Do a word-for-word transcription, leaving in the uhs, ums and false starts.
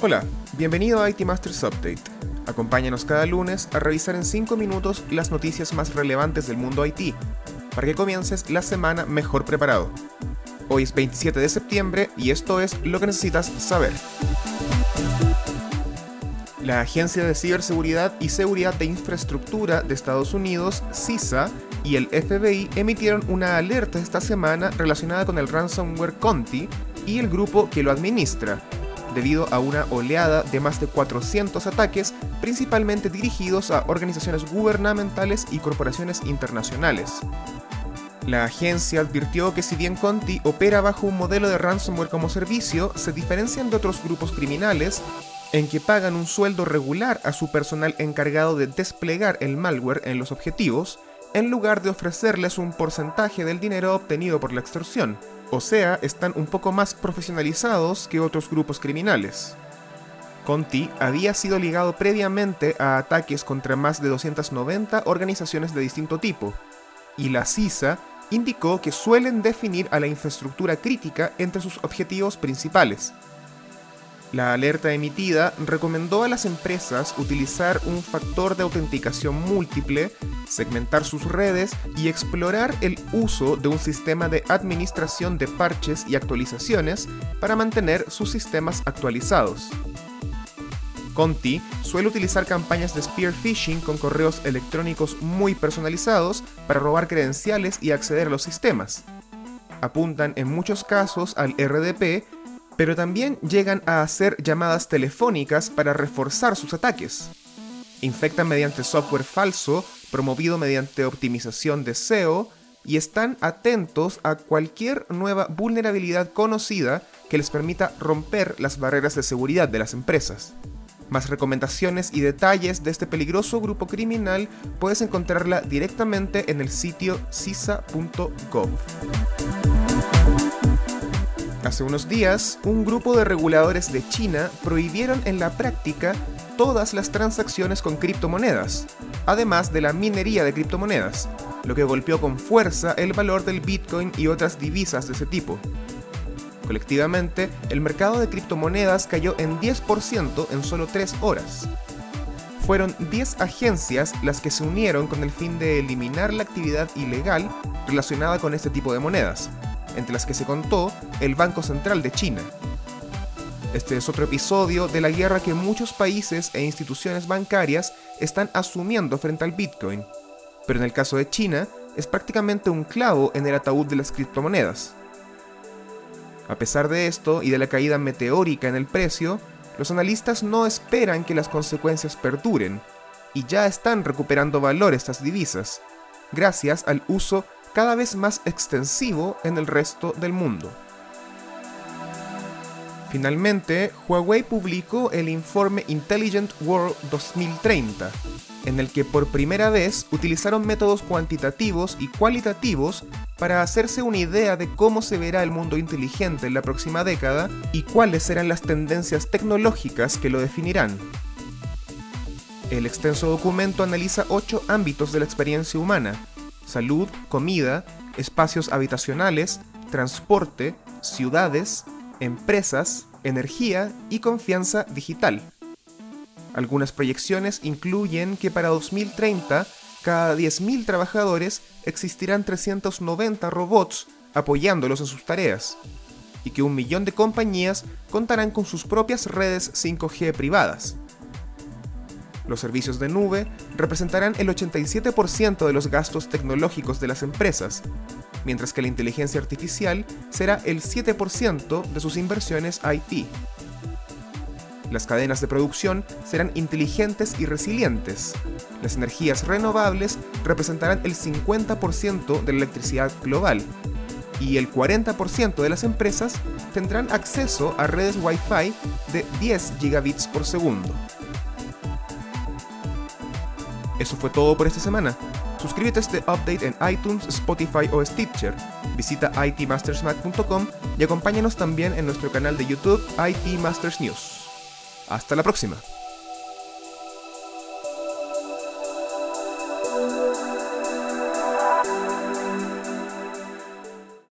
Hola, bienvenido a I T Masters Update. Acompáñanos cada lunes a revisar en cinco minutos las noticias más relevantes del mundo I T, para que comiences la semana mejor preparado. Hoy es veintisiete de septiembre y esto es lo que necesitas saber. La Agencia de Ciberseguridad y Seguridad de Infraestructura de Estados Unidos, CISA, y el F B I emitieron una alerta esta semana relacionada con el ransomware Conti y el grupo que lo administra, debido a una oleada de más de cuatrocientos ataques, principalmente dirigidos a organizaciones gubernamentales y corporaciones internacionales. La agencia advirtió que si bien Conti opera bajo un modelo de ransomware como servicio, se diferencian de otros grupos criminales en que pagan un sueldo regular a su personal encargado de desplegar el malware en los objetivos, en lugar de ofrecerles un porcentaje del dinero obtenido por la extorsión. O sea, están un poco más profesionalizados que otros grupos criminales. Conti había sido ligado previamente a ataques contra más de doscientas noventa organizaciones de distinto tipo, y la CISA indicó que suelen definir a la infraestructura crítica entre sus objetivos principales. La alerta emitida recomendó a las empresas utilizar un factor de autenticación múltiple, segmentar sus redes y explorar el uso de un sistema de administración de parches y actualizaciones para mantener sus sistemas actualizados. Conti suele utilizar campañas de spear phishing con correos electrónicos muy personalizados para robar credenciales y acceder a los sistemas. Apuntan en muchos casos al R D P, pero también llegan a hacer llamadas telefónicas para reforzar sus ataques. Infectan mediante software falso, promovido mediante optimización de S E O, y están atentos a cualquier nueva vulnerabilidad conocida que les permita romper las barreras de seguridad de las empresas. Más recomendaciones y detalles de este peligroso grupo criminal puedes encontrarla directamente en el sitio cisa punto gov. Hace unos días, un grupo de reguladores de China prohibieron en la práctica todas las transacciones con criptomonedas, además de la minería de criptomonedas, lo que golpeó con fuerza el valor del Bitcoin y otras divisas de ese tipo. Colectivamente, el mercado de criptomonedas cayó en diez por ciento en solo tres horas. Fueron diez agencias las que se unieron con el fin de eliminar la actividad ilegal relacionada con este tipo de monedas, entre las que se contó el Banco Central de China. Este es otro episodio de la guerra que muchos países e instituciones bancarias están asumiendo frente al Bitcoin, pero en el caso de China es prácticamente un clavo en el ataúd de las criptomonedas. A pesar de esto y de la caída meteórica en el precio, los analistas no esperan que las consecuencias perduren, y ya están recuperando valor estas divisas, gracias al uso cada vez más extensivo en el resto del mundo. Finalmente, Huawei publicó el informe Intelligent World dos mil treinta, en el que por primera vez utilizaron métodos cuantitativos y cualitativos para hacerse una idea de cómo se verá el mundo inteligente en la próxima década y cuáles serán las tendencias tecnológicas que lo definirán. El extenso documento analiza ocho ámbitos de la experiencia humana: salud, comida, espacios habitacionales, transporte, ciudades, empresas, energía y confianza digital. Algunas proyecciones incluyen que para dos mil treinta, cada diez mil trabajadores existirán trescientos noventa robots apoyándolos en sus tareas, y que un millón de compañías contarán con sus propias redes cinco G privadas. Los servicios de nube representarán el ochenta y siete por ciento de los gastos tecnológicos de las empresas, mientras que la inteligencia artificial será el siete por ciento de sus inversiones I T. Las cadenas de producción serán inteligentes y resilientes. Las energías renovables representarán el cincuenta por ciento de la electricidad global, y el cuarenta por ciento de las empresas tendrán acceso a redes Wi-Fi de diez gigabits por segundo. Eso fue todo por esta semana. Suscríbete a este update en iTunes, Spotify o Stitcher. Visita i t masters mac punto com y acompáñanos también en nuestro canal de YouTube I T Masters News. Hasta la próxima.